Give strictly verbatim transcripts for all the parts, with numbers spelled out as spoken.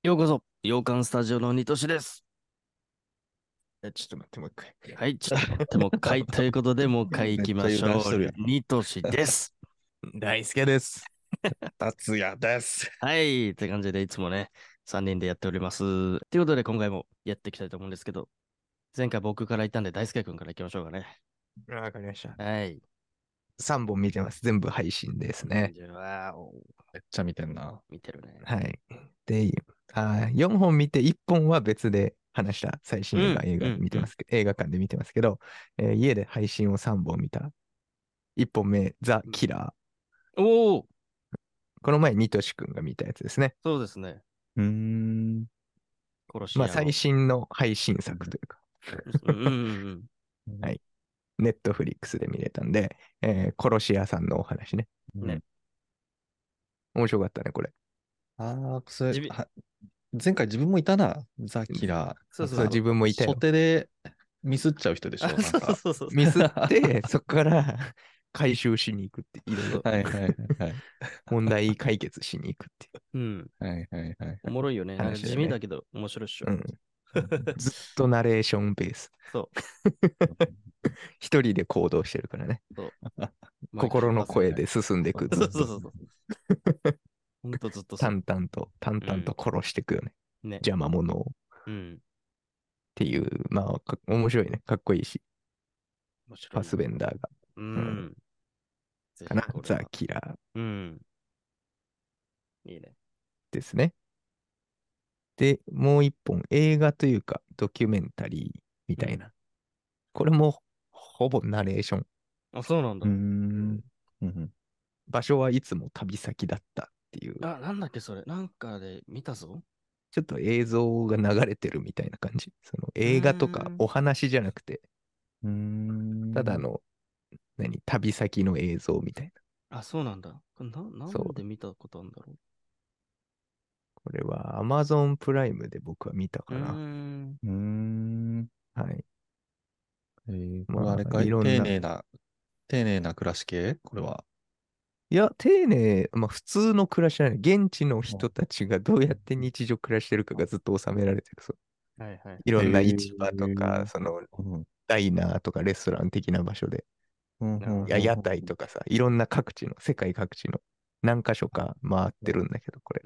ようこそ、洋館スタジオのニトシです。 え、ちょっと待って、もう一回。 はい、ちょっと待って、もう一回ということで、もう一回行きめっちゃ油ましょう。 断しとるやん。 ニトシです。 大輔です。 達也です。 はい、って感じで、いつもね、さんにんでやっております。ということで、今回もやっていきたいと思うんですけど、前回僕から言ったんで、大輔君から行きましょうかね。 あわかりました。 はい。 さんぼん見てます。全部配信ですね。 じゃあ、おめっちゃ見てんな。 見てるね。 はい。で、あよんほん見ていっぽんは別で話した最新映画、 うん、 映画うん、うん。 見てますけど、映画館で見てますけど、えー家で配信をさんぼん見た。いっぽんめ、ザ・キラおお、 ー。この前、ニトシ君が見たやつですね。 そうですね。 うーん。 まあ、 殺し屋の。 最新の配信作というか、 うん、うん、うん。 はい。ネットフリックスで見れたんで、えー殺し屋さんのお話ね。 うんね。 面白かったね、これ。 ああ、それ、 自分、 は前回自分もいたな。ザ・キラー。 そう、 そうそうそ自分もいた初よ。 手でミスっちゃう人でしう。あ、 ょ、なんそうそうか。 そうそう。 ミスって、そこから回収しに行くって、いろいろはいはいはいはい。 問題解決しに行くっていううん。 はいはいはい。 おもろいよね。なんか話だね。 地味だけど面白いっしょ。 うん。ずっとナレーションベース。 そう。 一人で行動してるからね。 そう。マイク心の任せて。 声で進んでいく、ずっと。 そうそうそうそう。ほんとずっとそ淡々と、淡う。う 々とん。 殺していくよね。 ね。 邪魔者を。っうん。 ていう、まあ、か面白いね。かっこいいし。 面白いよ。 ファスベンダーが。 ううん。 ん。ぜかな。ザ・ひこれは。 キラーうん。いいね。 ですね。で、もう一本、映画というか、ドキュメンタリーみうん。 たいな。これもほぼナレーション。 あ、そうなんうーだ。 ん。うん場所はいつも旅先だったっていう、 あ、なんだっけそれ。なんかで見たぞ。 ちょっと映像が流れてるみたいな感じ。そのうー映画とかん。 お話じゃなくて、 うーん。 ただの、何、旅先の映像みたいな。 あ、そうなんだ。これな、なそう。 んで見たことあるんだろこれは Amazon プライムで僕は見たう。うーかな。 ん。 うーん。 はい。 えー、これあまあ、 れかいいろんな。 丁寧な、丁寧な暮らし系これは。 いや、丁寧、まあ普通の暮らしじゃない。現地のうん人たちがどうやって日常暮らしてるかがずっと収められてる。そうはいはい。 いろへんな市場とか、 え。 そのうん。 ダイナーとかレストラン的な場所で、 うんなるほど。 いや、屋台とかさ、いろんな各地の、世界各地の何箇所か回ってるんだけど、これ。 うん。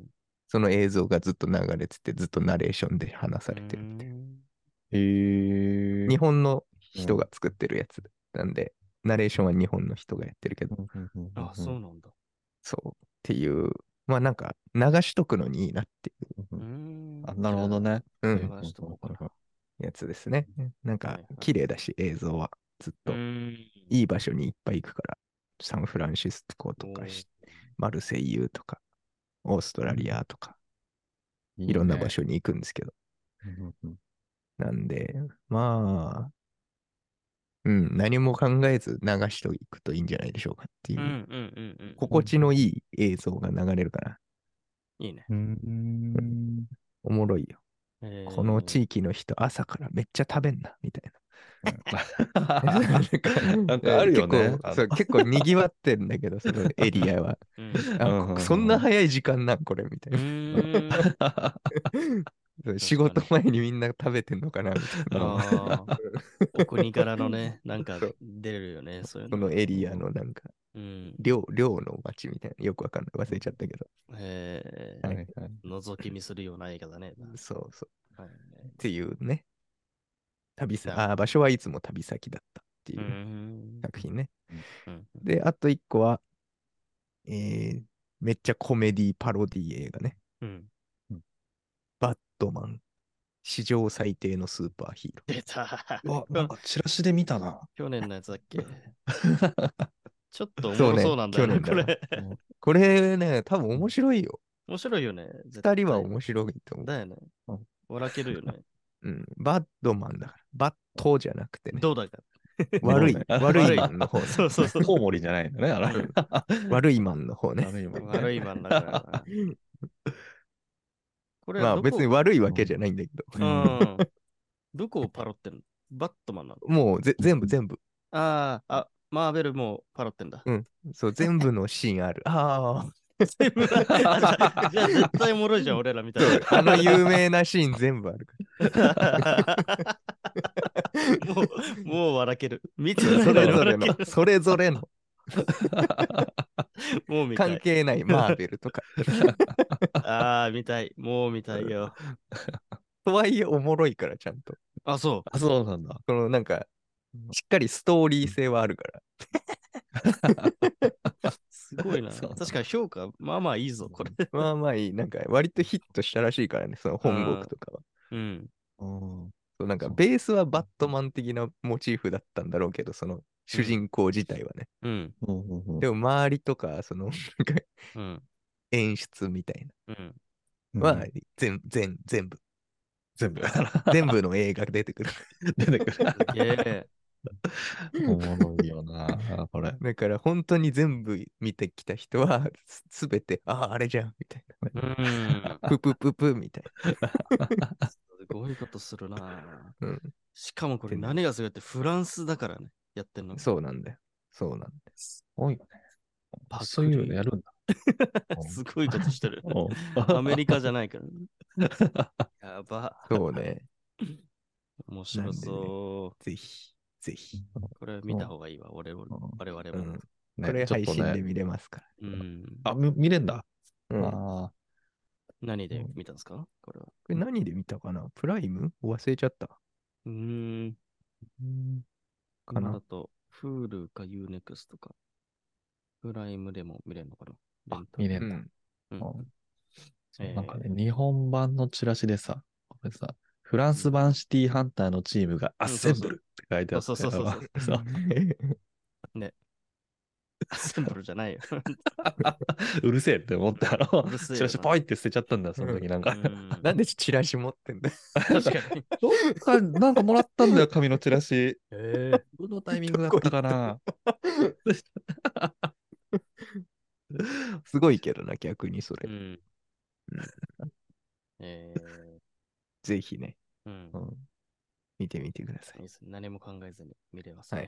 その映像がずっと流れてて、ずっとナレーションで話さうーれてるみたいん。 へえ。 な。日本のうん人が作ってるやつなんで、ナレーションは日本の人がやってるけど、 うんうんうんあ、 うんそうなんだ。 そうっていう、まあなんか流しとくのにいいなっていうーうんん。 あ、なるじゃあ、 ほどね。 う、うん、 流しとこうかな。 やつですね。なんかはいはい。 綺麗だし、映像はずっうとーん。 いい場所にいっぱい行くから、サンフランシスコとおーかし、マルセイユとか、オーストラリうんアとか、いろんな場いいね。 所に行くんですけど。 うんうんなんで、まあ、うん、何も考えず流していくといいんじゃないでしょうかっていう、 うんうんうんうんうん。 心地のいい映像が流れるから、 いいね。 うん。うーん。 おもろいよ。 えこのー、 地域の人、朝からめっちゃ食べんな、みたいうんな。なんか、 なんかあえるよね。 結構、 あの、 そう、結構賑わってんだけど、そのエリアは。 うん。 あ、 うんうこそんなんうん早い時間なんこれ、みたういな。 ーん。 そう仕確かに。 事前にみんな食べてんのかな、みたいな。 うんああ、お国柄のね、なんかそう出るよね、そういうその。 のエリアのなんか、 うん。 寮、寮の街みたいな、よくわかんない。忘れちゃったけど。 えはい。 はいはい。 ー、覗き見するような映画だね。 そうそう。 はい。 っていうね。旅先、あー、 なるほど。 場所はいつも旅先だったってうーいうん。 作品ね。 うんうん。 で、あと一個は、えー、めっちゃコメディパロディ映画ね。 うん。 うんバットマン、史上最低のスーパーヒーロ出た。 うわ、なんかチラシで見たな。 去年のやつだっけ。ちょっとおー。 もろそそうね、 うなんだよな、 去年だわ。 これ。 うんこれね、多分面白いよ。 面白いよね、絶二人は対。 面白いと思だよね。 うん笑けるよね。 う。うん。バットマンだから。バットじゃなくてね。 どうだか。 悪い、 どうね。 悪い悪い。 マンの方ね。 そうそうそう。 コウモリじゃないのね、あら。 うん。 悪いマンの方ね。 悪いもんね。 悪いマンだからな。これはまあどこ、 別に悪いわけじゃないんだけど。 ううん。 ん。どこをパロってんの？バットマンなの？ もうぜ全部全部。 ああ、あ、マーベルもパロってんだ。 うん。そう、全部のシーンある。ああ。 全部あじゃあ、じゃあ絶対おもろいじゃん、俺らみたいな。 あの有名なシーン全部あるかもう、もう笑ける。見てら。 ないのにそれぞれ笑ける。、 のそれぞれの関もう見たい。 係ないマーベルとか。 ああ、見たい。もう見たいよ。 とはいえおもろいから、ちゃんと。 あ、そあ、そうなんだ。 このなんか、しっかりストーリー性はあるから。 う。すごいな。 そうなんだ確かに評価、まあまあいいぞ、これ。 まあまあいい。なんか割とヒットしたらしいからね、その本国とかは。 うん。 うんそうなんかそうベースはバットマン的なモチーフだったんだろうけど、その主人公自体はね。 うん。 うんうんうんでも周りとか、そのなんかうん。 演出みたいうん。 な。はうん、 全全全部。 全部。 全部の映画が出てくる。 出てくる。 すげえ。 おもろいよな、これ。 だから本当に全部見てきた人は、すべて、ああ、あれじゃん、みたいな。 うん。 ププププみたいすごいことするな。 な。うん。 しかもこれでね何がすごいってフランスだからね、やってんの。 そうなんだよ。そうなんだよ。 すごいよね。 パクリそういうのやるんだ。 すごいことしてる。 うんアメリカじゃないからね。やば。 そうね。 面白そぜひ、ぜひ。 う。これ見た方がいいわ、俺も我々も。 うん。 ねこれ配ちょっとね信で見れますから。 うん。 あ、み見れんだ。 うん。 あ何で見たんですかこれは。 これ何で見たかなプライム忘れちゃった。 うーん。 ーうんかな今だと、Hulu か Unext か、プライムでも見れるのかなレンタル見れだ。 うんん。 うんうんそうえーなんかね、日本版のチラシでさ、これさ、フランス版シティハンターのチームがアッセンブルって書いてあって、 そうそうそうそうあそうアッセンブルじゃないよ。 うるせえって思って、あのうるせえよなチラシポイって捨てちゃったんだよ、その時なんか。 うんなんでチラシ持ってんだよ。 確かに。 どっか、なんかもらったんだよ、紙のチラシ。 えどのタイミングだったかな。 すごいけどな、逆にそれ。 うん。えぜひね、 ー、うんう。ん見てみてください。 いいですね何も考えずに見れますね。 はい。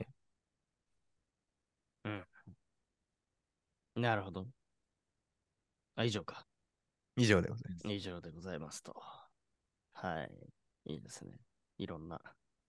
うん。なるほど。あ、以上か。 以上でございます。 以上でございますと。はい。いいですね。いろんな、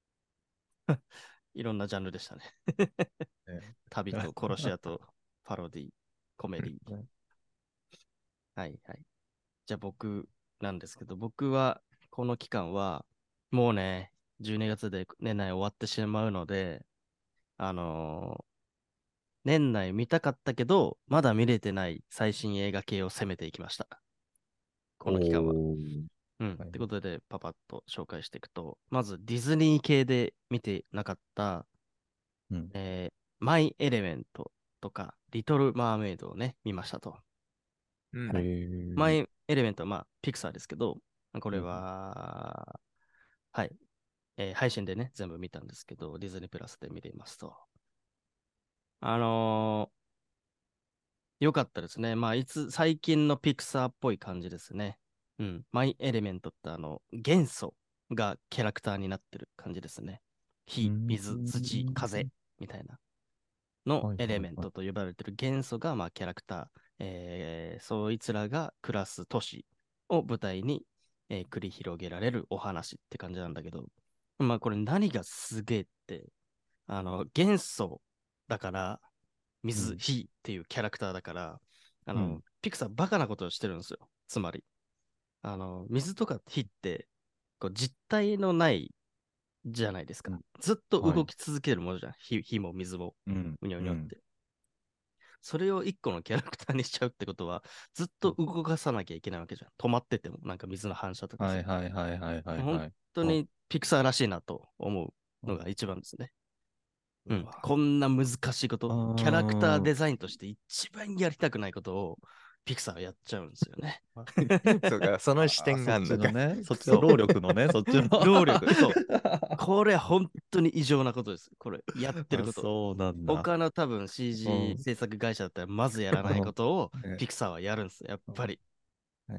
いろんなジャンルでしたね。 ね旅と殺し屋とパロディ、コメディ。 ねはいはい。じゃあ僕なんですけど、僕はこの期間はもうね、じゅうにがつで年内終わってしまうので、あのー年内見たかったけど、まだ見れてない最新映画系を攻めていきました。この期間は。 おーうん。 はいってことで、パパッと紹介していくと、まずディズニー系で見てなかった、 うんえーマイ・エレメントとか、リトル・マーメイドをね、見ましたと。 うんはいへーマイ・エレメントは、まあ、ピクサーですけど、これうんは、はい、えー配信でね、全部見たんですけど、ディズニープラスで見れますと。あのーよかったですね。まあ、いつ、最近のピクサーっぽい感じですね。うん。マイ・エレメントってあの、元素がキャラクターになってる感じですね。火、水、土、風みたいなのエレメントと呼ばれてる元素が、まあ、キャラクター、えー、そいつらが暮らす都市を舞台に、えー繰り広げられるお話って感じなんだけど、まあ、これ何がすげえって、あの、元素だから、水、 うん火っていうキャラクターだから、あの、 うんピクサーバカなことをしてるんですよ。つまり、あの、水とか火って、こう実体のないじゃないですか。 うんずっとはい動き続けるものじゃん。火火も水も、 うんうにょうにょって。それを一個のキャラクターにしちゃうってことは、ずっと動かさなきゃいけないわけじゃん。止まってても、なんか水の反射とかさはいはいはいはいはいは本い。 当にピクサーらしいなと思うのが一番ですね。うんうわこんな難しいことあ、ーキャラクターデザインとして一番やりたくないことをピクサーはやっちゃうんですよね。 そうか、その視点があるのか。 そっちのね、そっちの労力のね、そっちの。 労力そうこれ本当に異常なことです。これ、やってるあこと。 そうなんだ。 他の多分 シージー 制作会社だったらまずやらないことをうんピクサーはやるんですよ。やっぱり。 はいはい。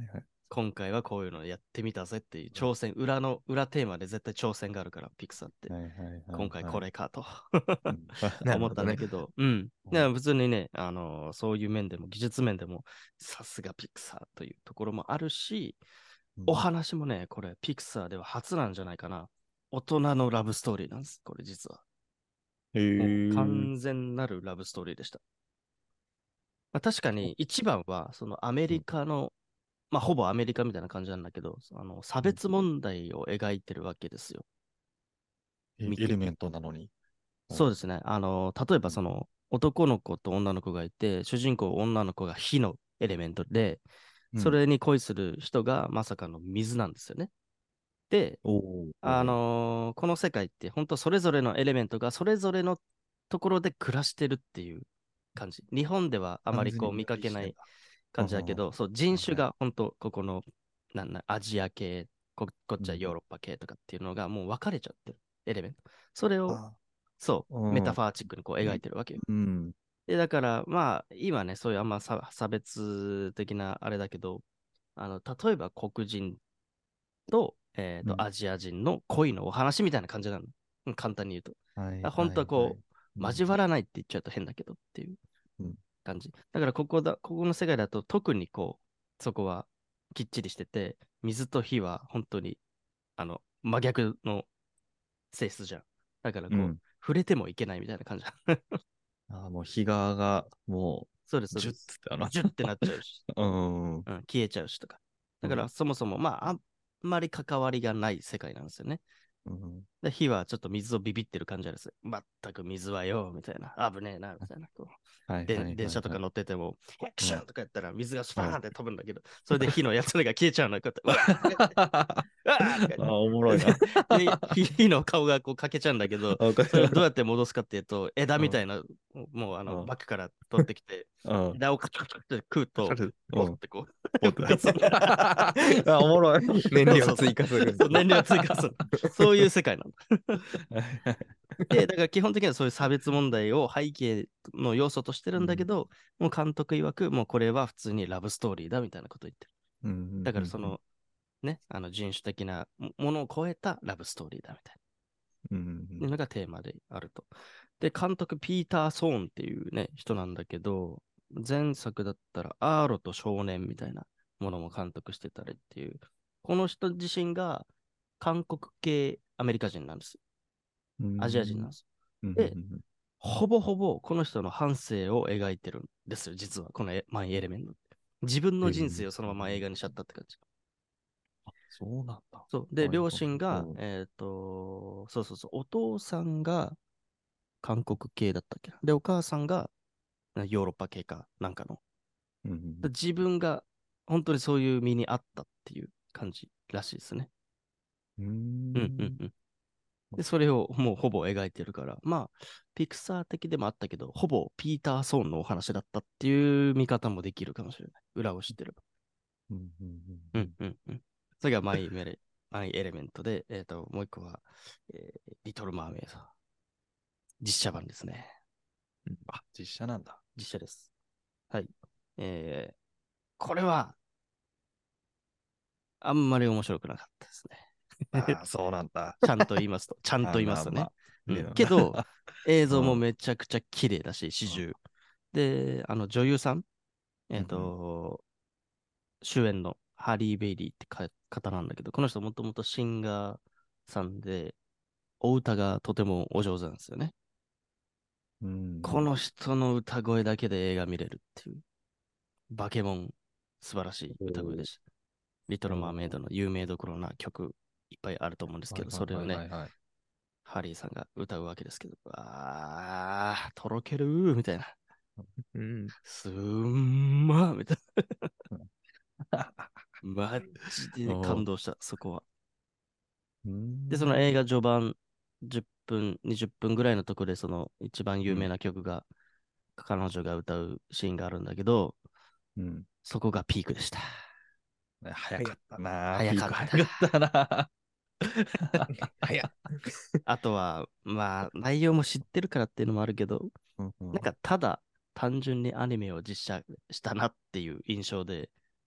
今回はこういうのやってみたぜっていう挑戦、裏の、裏テーマで絶対挑戦があるから、ピクサーって。 はいはいはいはい今回これかとうん思ったなるほどね。 んだけど、うん。 うんだから普通にね、あのーそういう面でも、技術面でも、さすがピクサーというところもあるし、お話もね、これ、ピクサーでは初なんじゃないかな。大人のラブストーリーなんです、これ実は。 へもうー完全なるラブストーリーでした。まあ、確かに一番は、そのアメリカの、まあほぼアメリカみたいな感じなんだけど、あの差別問題を描いてるわけですよ。見てえエレメントなのに。 そうですね。あの、例えばうんその男の子と女の子がいて、主人公女の子が火のエレメントで、それに恋する人がまさかの水なんですよね。で、 おお。 あのーこの世界って本当それぞれのエレメントがそれぞれのところで暮らしてるっていう感じ。日本ではあまりこう見かけない感じだけど、そう、人種が本当ここのなんなアジア系こ、こっちはヨーロッパ系とかっていうのがもう分かれちゃってるエレメント。それを、 あそう、 うんメタファーチックにこう描いてるわけよ。 うん。 で、だから、まあ、今ね、そういうあんま差差別的なあれだけど、あの、例えば黒人と、えーと、 うんアジア人の恋のお話みたいな感じなの。うん簡単に言うと。 はいあ本当はこう、 うん交わらないって言っちゃうと変だけどっていううん感じ。だからここだ、ここの世界だと特にこう、そこはきっちりしてて、水と火は本当に、あの、真逆の性質じゃん。だからこう、 うん触れてもいけないみたいな感じ。 あーもう日側がもそうです、 う、ジュッそうです。 つってあの、 ジュッてなっちゃうし、 うん。 うん、消えちゃうしとか。だからそもそも、まあ、あんまり関わりがない世界なんですよね。 うんで、火はちょっと水をビビってる感じなんですよ。全く水はよ、みたいな。危ねえな、みたいな。こうではいはいはいはい電車とか乗ってても、アクションとかやったら水がスパうんーンって飛ぶんだけど、それで火のやつらが消えちゃうの。こうやって、うわーとか言ってうわーとか言ってあ、おもろいな。 で、火の顔がこう欠けちゃうんだけど、 わかそれをどうやる。 って戻すかっていうと、枝みたいな、もうあの、 うんバッグから取ってきて、 うん。 枝をカチャカチャって食うと、ポうん。 ッてこう、 ポッて復活する。 あ、おもろい。 燃料追加するんだそう燃料追加する。そういう世界なの。で、だから基本的にはそういう差別問題を背景の要素としてるんだけど、もう監督曰く、もうこれは普通にラブストーリーだみたいなこと言ってる。 うんだからその、ね、あの人種的なものを超えたラブストーリーだみたいうんなのがテーマであると。で、監督、ピーター・ソーンっていうね、人なんだけど、前作だったら、アーロと少年みたいなものも監督してたりっていう、この人自身が韓国系アメリカ人なんですよ。アジア人なんです。で、ほぼほぼこの人の半生を描いてるんですよ、実は、このマイ・エレメント。自分の人生をそのまま映画にしちゃったって感じ。 そうなんだ。 そう。で、 はい両親がう、んえっと、そうそうそう、お父さんが韓国系だったっけな。で、お母さんがヨーロッパ系かなんかの。 うんで自分が本当にそういう身にあったっていう感じらしいですね。 うんうんうんうん。で、それをもうほぼ描いてるから、まあ、ピクサー的でもあったけど、ほぼピーター・ソーンのお話だったっていう見方もできるかもしれない。裏を知ってれば。 うんうんうんうんうん。それがマイメレ、マイエレメントで、えっ、と、もう一個は、えーリトル・マーメイド。実写版ですね。 あ、実写なんだ。 実写です。はい。えー、これは、あんまり面白くなかったですね。 ああ、そうなんだ。 ちゃんと言いますと、ちゃんと言いますとね。 あまあまあうん、けど、映像もうんめちゃくちゃ綺麗だし、始終。で、あの女優さん、えっ、 うんと、主演のハリー・ベイリーってか方なんだけど、この人もともとシンガーさんで、お歌がとてもお上手なんですよね。 うんこの人の歌声だけで映画見れるっていう、バケモン、素晴らしい歌声でした。リトル・マーメイドの有名どころな曲いっぱいあると思うんですけど、それをね、 はい。 ハリーさんが歌うわけですけど、あー、とろけるーみたいな。 うん。 すんまーみたいな。マジで感動した、そこは。で、その映画序盤、じゅっぷん、にじゅっぷんぐらいのところで、その一番有名な曲が、彼女が歌うシーンがあるんだけど、 うん。 そこがピークでした。 早かったな。 早かったピーク早かったな。 早っ。 あとは、まあ、内容も知ってるからっていうのもあるけど、 うんうんなんかただ単純にアニメを実写したなっていう印象で、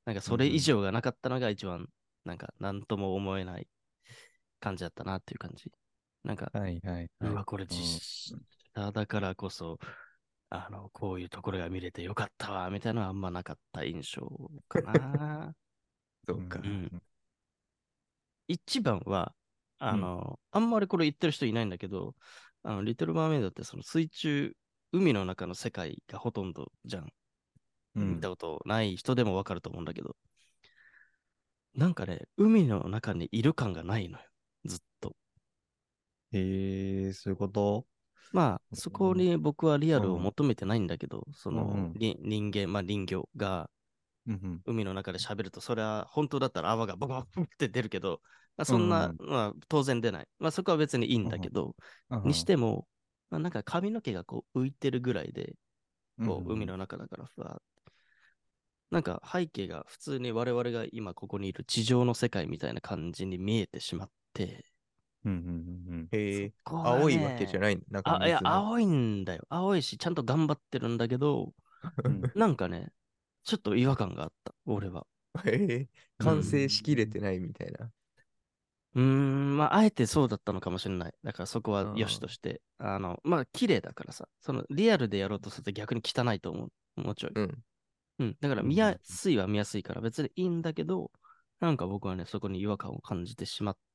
なんかそれ以上がなかったのが一番、なんか何とも思えない感じだったなっていう感じ。なんか、 はいはいはい。 うわ、これうん実写だからこそ、あの、こういうところが見れてよかったわ、みたいなのはあんまなかった印象かな。 そうか。 うん。一番は、あうんの、あんまりこれ言ってる人いないんだけど、あの、リトル・マーメイドってその水中、海の中の世界がほとんどじゃん。 うん見たことない人でもわかると思うんだけど、なんかね、海の中にいる感がないのよ。ずっと。 へえ、そういうこと。 まあ、そこに僕はリアルをうん求めてないんだけど、そうんうの、 んり人間、まあ人魚がうん海の中で喋ると、それは本当だったら泡がボコボコって出るけど、まあ、そんな、 うんうんまあ、当然出ない。まあそこは別にいいんうんだけど、 うんにしても、まあ、なんか髪の毛がこう浮いてるぐらいで、こう海うんの中だからふわーなんか背景が普通に我々が今ここにいる地上の世界みたいな感じに見えてしまって、 うんうんうんへえ、 ここが青いわけじゃね、 ないのなんかあ、いや、 水の。 青いんだよ。青いし、ちゃんと頑張ってるんだけど、 うんなんかね、ちょっと違和感があった、俺は。 へえ、 うん。 完成しきれてないみたいな。 うーん、まあ、あえてそうだったのかもしれない。だからそこは良しとあして。あの、まあ、綺麗だからさ、そのリアルでやろうとすると逆に汚いと思う。もうちょい。 ーうん。 うん。だからうん見やすいは見やすいから別にいいんだけど、なんか僕はね、そこに違和感を感じてしまって、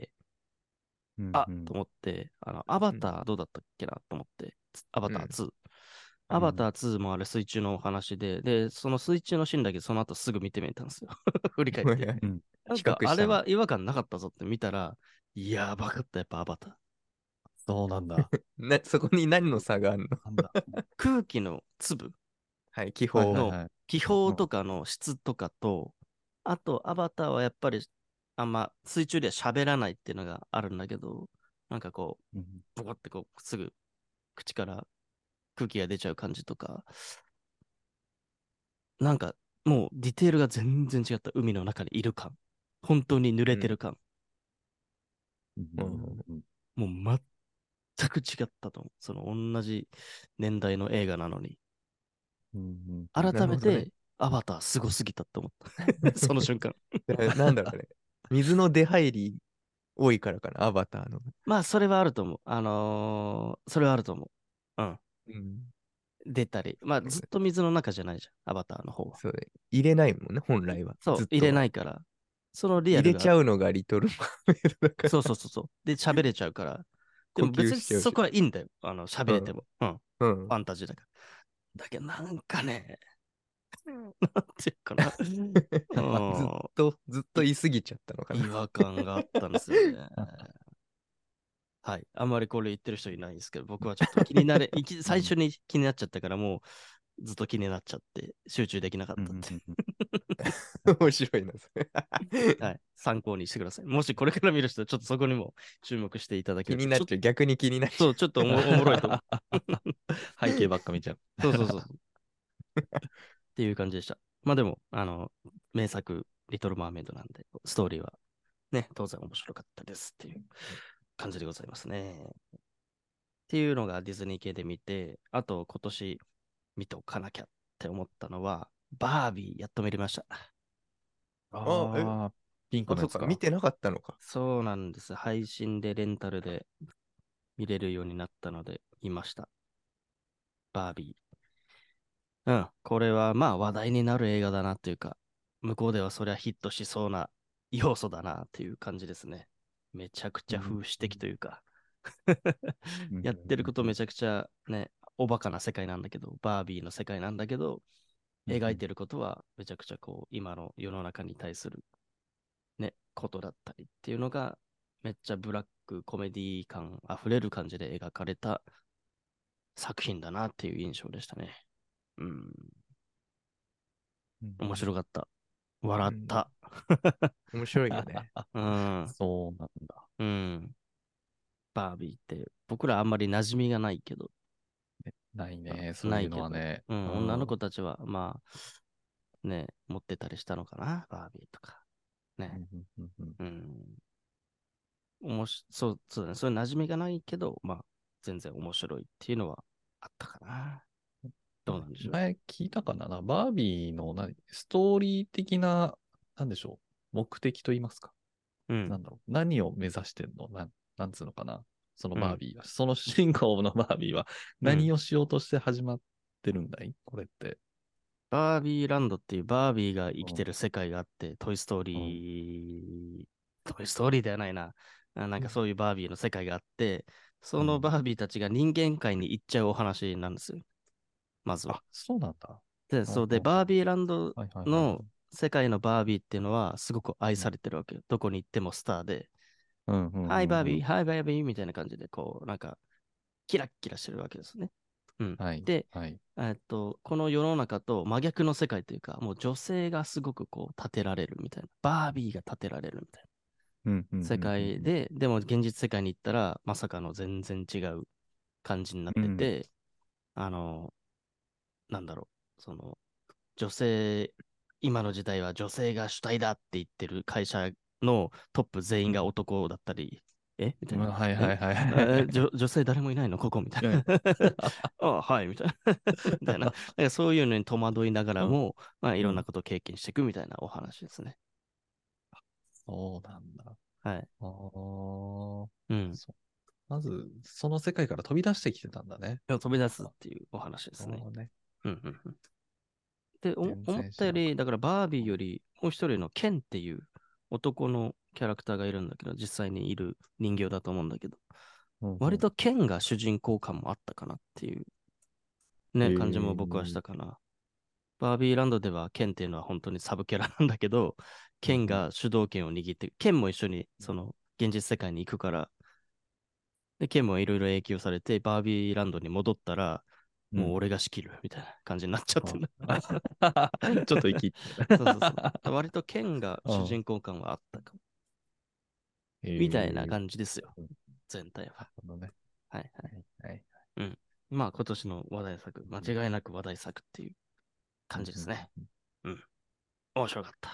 あうんと思って、あの、アバうん。 ターどうだったっけなと思って、アバターうん。 ツー。アうんバターツーもあれ水中のお話で、で、その水中のシーンだけその後すぐ見てみたんですよ。振り返って。 うんなん比かあれ較したの。 は違和感なかったぞって見たら、やばかった、やっぱアバター。 そうなんだ。 な、そこに何の差があるの？ なんだ。 空気の粒はい、気泡。 のはいはいはい。 気泡とかの質とかと、あとアバターはやっぱりあんま水中では喋らないっていうのがあるんだけど、なんかこう、 うんボコってこう、すぐ口から空気が出ちゃう感じとか、なんかもうディテールが全然違った海の中にいる感。本当に濡うん。 れてる感。 うんううんん。 もう全く違ったと思う。その同じ年代の映画なのに。 うんうんなるほどね。 改めてアバターすごすぎたと思った。その瞬間。 ななんだろうね。水の出入り多いからかな、アバターの。 まあ、それはあると思う。あのーそれはあると思う。うん。 うん。 出たり。まあ、ずっと水の中じゃないじゃん。アバターの方は。 そうね。入れないもんね、本来は。 そう、入れずっとは。 ないから。そのリア入れルが、 ちゃうのがリトルマーメイドだかそうそら、 うそうそう。で、喋れちゃうから。で呼も別吸しちゃうし。 にそこはいいんだよ。あの、喋れても。うん。フうん。うん。 ァンタジーだから。だけど、なんかね、なんていうかな。 ずっうと、ずっとん。い言い過ぎちゃったのかな。 違和感があったんですよね。はい。あんまりこれ言ってる人いないんですけど、僕はちょっと気になれ、いき最初に気になっちゃったから、もうずっと気になっちゃって、集中できなかっうんたって。 うんうん面白いな、それ。 はい。参考にしてください。もしこれから見る人は、ちょっとそこにも注目していただけると、ちょっと、 気になっちゃう。逆に気になっちそう、 ゃちょっとおも、おもろいと思う。 背景ばっか見ちゃう。 そうそうそう。っていう感じでした。まあでも、あの、名作、リトル・マーメイドなんで、ストーリーはね、当然面白かったですっていう感じでございますね。っていうのがディズニー系で見て、あと今年見ておかなきゃって思ったのは、バービーやっと見れました。 う。あ、え、 ああ、ピンクあ、そっか、見のやつか。 てなかったのか。 そうなんです。配信でレンタルで見れるようになったので見ました。バービー。うん。これはまあ話題になる映画だなっていうか、向こうではそりゃヒットしそうな要素だなっていう感じですね。めちゃくちゃ風刺的というかうんやってることめちゃくちゃね、おバカな世界なんだけど、バービーの世界なんだけど、描いてることはめちゃくちゃこう、今の世の中に対するね、ことだったりっていうのが、めっちゃブラックコメディ感あふれる感じで描かれた作品だなっていう印象でしたね。うん。面白かった。笑うん。 った。 面白いよね。 うん。 そうなんだ。 うん。バービーって僕らあんまり馴染みがないけど、 ないね、そういうのないけど、 はね。 うん、女のうん。 子たちはまあね、持ってたりしたのかな、バービーとか。ね。 うんうんうんうんうん。おもし、そう、そうだね。そういう馴染みがないけど、まあ、全然面白いっていうのはあったかな。 どうなんでしょう。 前聞いたかなな、バービーの何ストーリー的な、なんでしょう、目的と言いますか。 うんなんだろう、何を目指してんのなん、なんつうのかな。そのうんバービーは、その主人公のバービーは何をしようとして始まってるんだいこれって。 バービーランドっていうバービーが生うんきてる世界があって、トイストーうんリー、トイストーリーではないな。あなんかそういうバービーの世界があって、そのうんバービーたちが人間界に行っちゃうお話なんですよ。まずは。 あ、そうなんだ。 で、そうで、 ほうほうバービーランドはいはいはいはい。 の世界のバービーっていうのはすごく愛うんされてるわけよ。どこに行ってもスターで、 うんうんハイバービー、 うんうん。 ハイバービーみたいな感じで、こう、なんか、キラッキラしてるわけですね。うん。 はいで、 はい。 えっと、この世の中と真逆の世界というか、もう女性がすごくこう、立てられるみたいな。バービーが立てられるみたいなうんうん世うんうん界で、でも現実世界に行ったら、まさかの全然違う感じになっうん。 てて、あの、なんだろう、その、女性、今の時代は女性が主体だって言ってる会社のトップ全員が男だったり、えみたいな。 うんはいはえいはいはえ女、 い。 女性誰もいないのここみたいはいな。あはい、みたいな。みたいな。だからそういうのに戸惑いながらうんも、まあ、いろんなうん。 ことを経験していくみたいなお話ですね。 そうなんだ。 はい。 ああ。 うん。 そうまず、その世界から飛び出してきてたんだね。 飛び出すっていうお話ですね。 そうね。 うんうんうん。で、お全思っ然知らなかったより、だからバービーよりもう一人のケンっていう男のキャラクターがいるんだけど、実際にいる人形だと思うんだけど、 た。うんうん割とケンが主人公感もあったかなっていうへね、感じも僕はしーたかな。バービーランドではケンっていうのは本当にサブキャラなんだけど、ケンが主導権を握って、ケンも一緒にその現実世界に行くから、で、ケンもいろいろ影響されて、バービーランドに戻ったら、 うん。 もう俺が仕切るみたいな感じになっちゃってる。 あちょっと生きって。 そうそうそう。割とケンが主うん人公感はあったかも。 へーみたいな感じですよ。全体は。 なるほどね。 はいはい。 はいはい。 うん。まあ今年の話題作、間違いなく話題作っていう感じですね。うん。面白かった。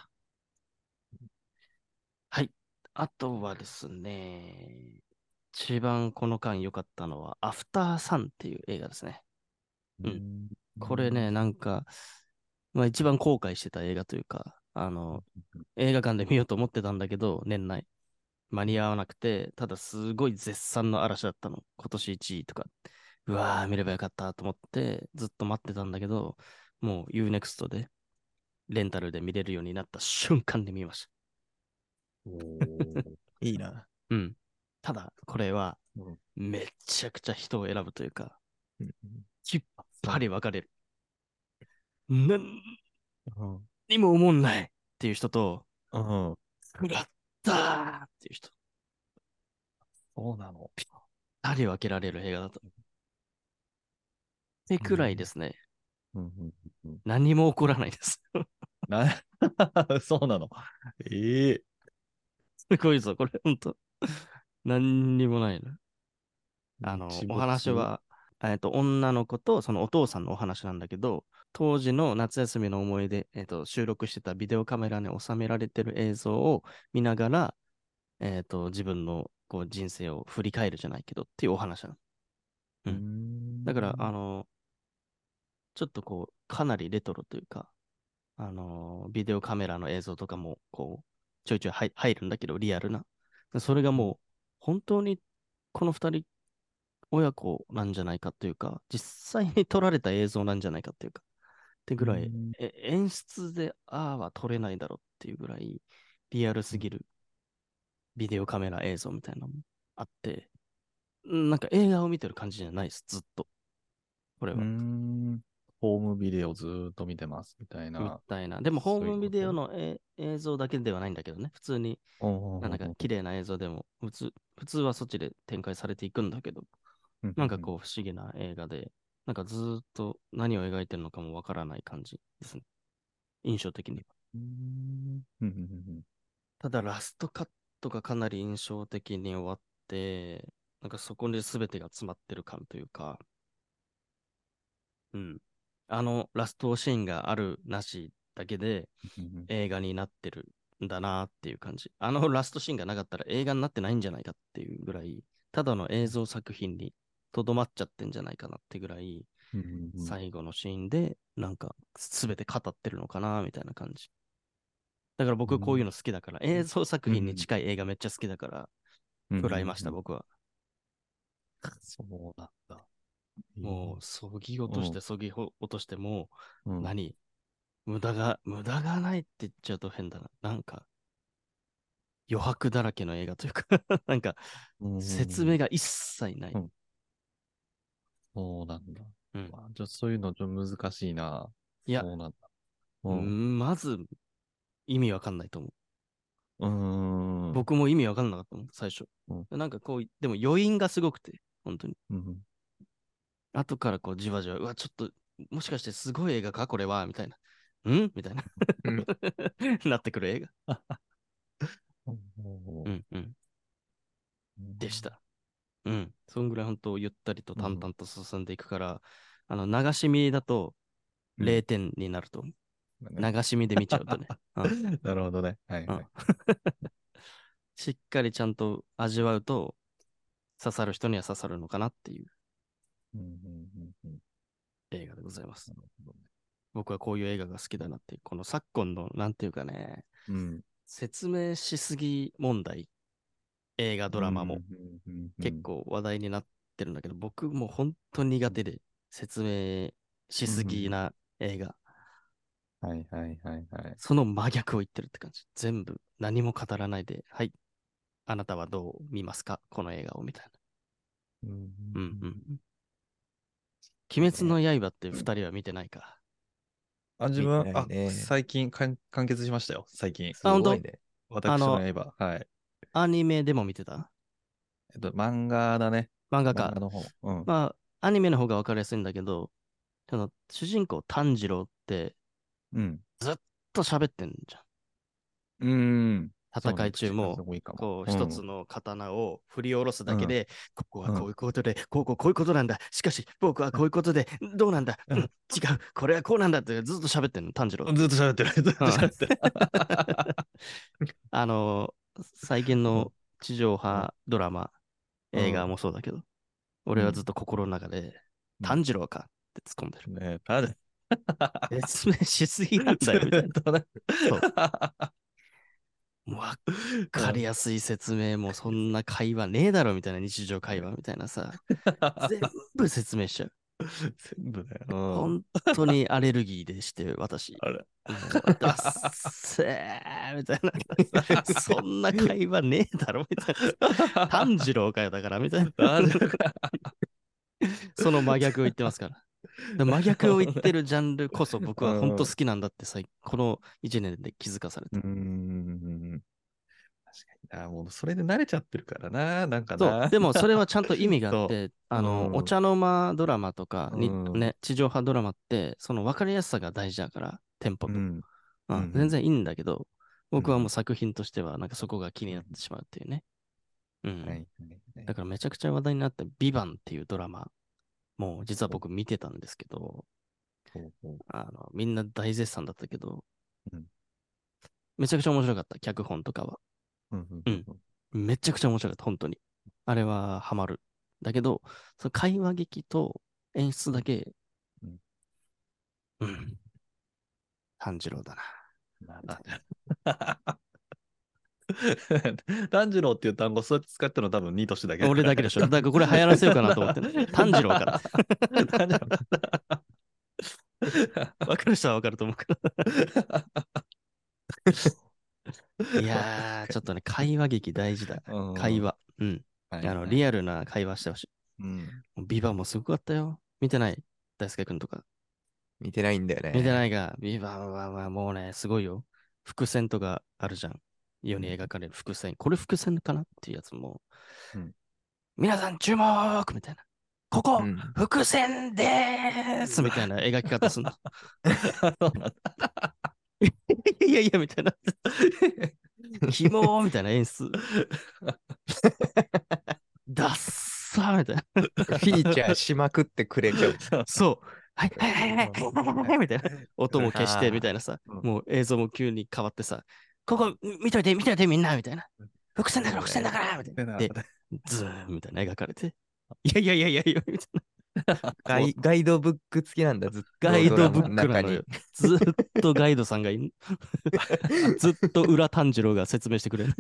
はい。あとはですね、一番この間良かったのは、アフターサンっていう映画ですね。うん。 うんこれね、なんか、まあ一番後悔してた映画というか、あの、映画館で見ようと思ってたんだけど、年内。間に合わなくて、ただすごい絶賛の嵐だったの。今年いちいとか。うわー、見ればよかったと思って、ずっと待ってたんだけど、もう ユーネクスト で、レンタルで見れるようになった瞬間で見ましおーいいな。 た。うん。ただ、これは、 うんめちゃくちゃ人を選ぶというか、 うんきっそうぱり分かれる。何うんにも思んないっていう人と、 うん食らったーっていう人、 そうなの。 二人分けられる映画だと。ってくらいですね、 うんうんうん何も起こらないです。 なそうなの。ええすごいぞ、これ、ほんと。何にもないの。あの、お日没話は、えっと、女の子とそのお父さんのお話なんだけど、当時の夏休みの思い出、えっと、収録してたビデオカメラに収められてる映像を見ながら、えっと、自分のこう人生を振り返るじゃないけどっていうお話なの。ううーん。だから、あん。 の、ちょっとこう、かなりレトロというか、あの、ビデオカメラの映像とかも、こう、ちょいちょい入入るんだけど、リアルな。それがもう、本当にこの二人親子なんじゃないかというか、実際に撮られた映像なんじゃないかっていうか、ってぐらい、 うんえ演出でああは撮れないだろうっていうぐらい、リアルすぎるビデオカメラ映像みたいなのもあって、うんなんか映画を見てる感じじゃないです、ずっと。これうーは。 ん。ホームビデオずーっと見てますみたいみな。 たいな。でも、ホーそういうことムビデオのえ映像だけではないんだけどね。普通に、 おうおなんかうおうおう綺麗な映像でも、普通、普通はそっちで展開されていくんだけど、 うんなんかこう不思議な映画で、なんかずーっと何を描いてるのかもわからない感じですね。印象的に。 うんうんうんうんただラストカットがかなり印象的に終わって、なんかそこに全てが詰まってる感というか、うん。あのラストシーンがあるなしだけでうんうん映画になってるんだなっていう感じ。あのラストシーンがなかったら映画になってないんじゃないかっていうぐらい、ただの映像作品にとどまっちゃってんじゃないかなってぐらい、 うんうん最後のシーンで、なんか、すべて語ってるのかな、みたいな感じ。だから僕こういうの好きだから、映像作品に近い映画めっちゃ好きだから、 うん食らいました、 うんうん僕は。 そうなんだ。 もう、そぎ落として、そぎ落として、もう、 うん、 何無駄が、無駄がないって言っちゃうと変だな。なんか、余白だらけの映画というかなんか、 うん説明が一切ない。 うんそうなんだ。 うん。 まあ、ちょっとそういうのちょっと難しいな。 いやそうなんだ。 ううん。 んまず、意味わかんないと思う。 うーん。 僕も意味わかんなかったもん、最初。 うんなんかこう、でも余韻がすごくて、本当に。 うん後からこう、じわじわ、うわ、ちょっと、もしかしてすごい映画かこれはみたいな。んみたいなうん。 なってくる映画。 うんうんうん。でし。た。うん。そんぐらい本当、ゆったりと淡々と進んでいくから、あの、流し見だとうんれいてんになると思う。 ね流し見で見ちゃうとね。うんなるほどね。はいうんはい。 しっかりちゃんと味わうと、刺さる人には刺さるのかなっていううんうんうんうん映画でございます。 なるほどね。 僕はこういう映画が好きだなっていう、この昨今の、なんていうかね、 うん。 説明しすぎ問題、映画、ドラマもうんうんうんうん結構話題になってるんだけど、僕も本当に苦手で、説明しすぎな映画、 はいはいはいはい。 その真逆を言ってるって感じ。全部何も語らないで、はい、あなたはどう見ますかこの映画をみたいうんな。 ううんんうんうん。鬼滅の刃って二人は見てないか。 あ、自見分、あ、 てないね。 最近完完結しましたよ。最近。 すごいね。 私あの、 の刃。はい。 アニメでも見てたえっと、漫画だね。 漫画か。 漫画の方。うん。 まあ、アニメの方が分かりやすいんだけど、その主人公炭治郎ってうん。 ずっと喋ってんじゃん。 うーん。そうね。 戦い中口数も、 多いかも。 こう、 うん。 一つの刀を振り下ろすだけで、ここはうんこういうことで、こうこうこういうことなんだ。しかし、僕はこういうことで、どうなんだ。うん、違う。これはこうなんだってずっと喋ってんの、炭治郎って。 ずっと喋ってる。ずっと喋ってる。 あの、最近の地上波ドラマ、 うん映画もそうだけど、俺はずっと心の中で、 うん炭治郎かって突っ込んでる。 ねえ、ただ、 説明しすぎなんだよ、みたいな。 とね。 そうもうわかりやすい説明もそんな会話ねえだろみたいな日常会話みたいなさ、全部説明しちゃう。 全部だよ。うん本当にアレルギーでして、私。 あれ。 もう、だっせーみたいな。そんな会話ねえだろみたいな。炭治郎かよだからみたいな。 大丈夫か。 その真逆を言ってますから。で真逆を言ってるジャンルこそ僕は本当好きなんだってさ、このいちねんで気づかされた。 うーん。確かにな。もうそれで慣れちゃってるからな。なんかそう。 な。 でもそれはちゃんと意味があっそて、あうの、 んお茶の間ドラマとかに、 うんね、地上波ドラマって、その分かりやすさが大事だから、テンポと。 うん。 うんうん全然いいんだけど、僕はもううん作品としては、なんかそこが気になってしまうっていうね。うん。 はいはいはいだからめちゃくちゃ話題になったビバンっていうドラマ、もう実は僕見てたんですけど、 ほうほうあの、みんな大絶賛だったけど、 うんめちゃくちゃ面白かった、脚本とかは。 うんうんうんめちゃくちゃ面白かった、本当に。あれはハマる。だけど、その会話劇と演出だけ、 うんうん、炭治郎だな。 まあ炭治郎っていう単語、そうやって使ってるの多分ニート氏だけだから俺だけでしょ。だからこれ流行らせようかなと思ってね。炭治郎から。 炭治郎わかる人はわかると思うから。いやー、ちょっとね、会話劇大事だ。 うん会話。うん。 はいあの、リアルな会話してほしい。 うんビバンもすごかったよ。見てない大輔くんとか。 見てないんだよね。。 見てないいが、ビバンはまあもうね、すごいよ。伏線とかあるじゃん。世に描かれる伏線。これ伏線かなっていうやつも。 うん皆さん注目みたいな。ここ、 うん。 伏線でーすみたいな描き方すんの。いやいやいや、みたいな。キモーみたいな演出。ダッサーみたいな。 フィーチャーしまくってくれちゃう。 そう。はいはいはいはいはいはいみたいな。音も消してみたいなさ。 うんもう映像も急に変わってさ。ここ見といて見といてみんなみたいな。伏線だから伏線だからみたいな。で、ズーンみたいな描かれて。いやいやいやいやいやみたいな。 ガイガイドブック付きなんだ、ずっと。 ガイドブックドラマの中になのよ。ずっとガイドさんがいる。ずっと裏炭治郎が説明してくれる。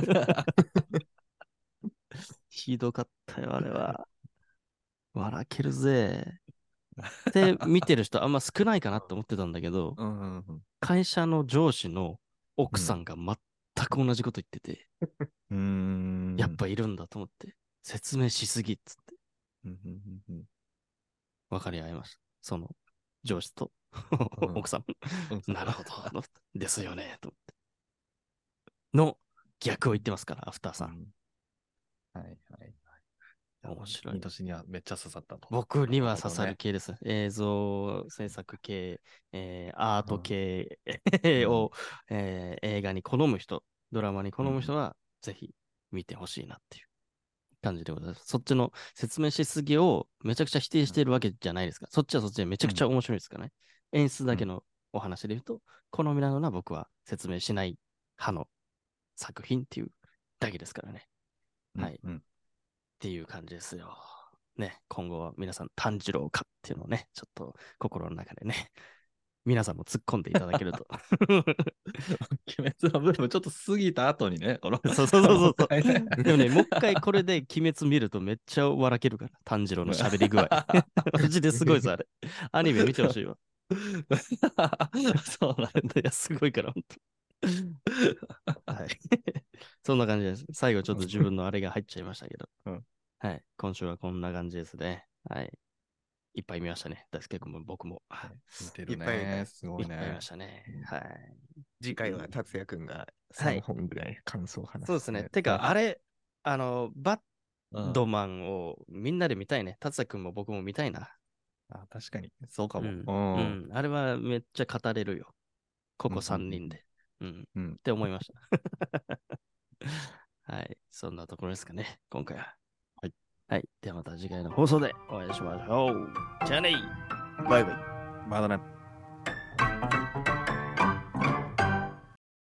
ひどかったよ、あれは。笑けるぜ。で、見てる人あんま少ないかなって思ってたんだけど、 うんうんうん。 会社の上司の奥さんが全く同じこと言ってて、 うーん。 やっぱいるんだと思って、説明しすぎっつってうんうんうんうん。 分かり合いました。その上司とうん奥さん。 うんなるほど。ですよね。と思っての逆を言ってますから、アフターさん。 うんはいはいはい。 面白いニトシにはめっちゃ刺さったと。 僕には刺さなるる系です。映像制作系、えーアート系うんを、えー映画に好む人、ドラマに好む人うんは、ぜひ見てほしいなっていう感じでございます。そっちの説明しすぎをめちゃくちゃ否定しているわけじゃないですか。そっちはそっちでめちゃくちゃ面白いですからね。演出だけのお話で言うと、好みなのは僕は説明しない派の作品っていうだけですからね。 うんはい。 うんっていう感じですよ。ね、今後は皆さん炭治郎かっていうのをね、ちょっと心の中でね、皆さんも突っ込んでいただけると。 鬼滅のブームちょっと過ぎた後にね、このそうそうそうそうもう一回ねでもね、もう一回これで鬼滅見るとめっちゃ笑けるから、炭治郎の喋り具合。マジですごいです、あれ。アニメ見てほしいわ。 そうなんいや、すごいから、本当。はい。そんな感じです。最後ちょっと自分のあれが入っちゃいましたけど。 うんはい。今週はこんな感じですね。はい。いっぱい見ましたね。大輔君も僕も。 見てるいっぱい見たね。すごいねいっぱい見ま。したね。はい。 次回は達也くんが3 はい本ぐらい感想を話す。 そうですね。てか、あれ、あの、バッうんドマンをみんなで見たいね。達也君も僕も見たいな。 あ、確かに。そうかも。 うん。 うんうん。あれはめっちゃ語れるよ。ここさんにんで。うん。 うんって思いました。はい。そんなところですかね。今回は。 はい。 はい。ではまた次回の放送でお会いしましょう。じゃあねバイバイ。 まだね。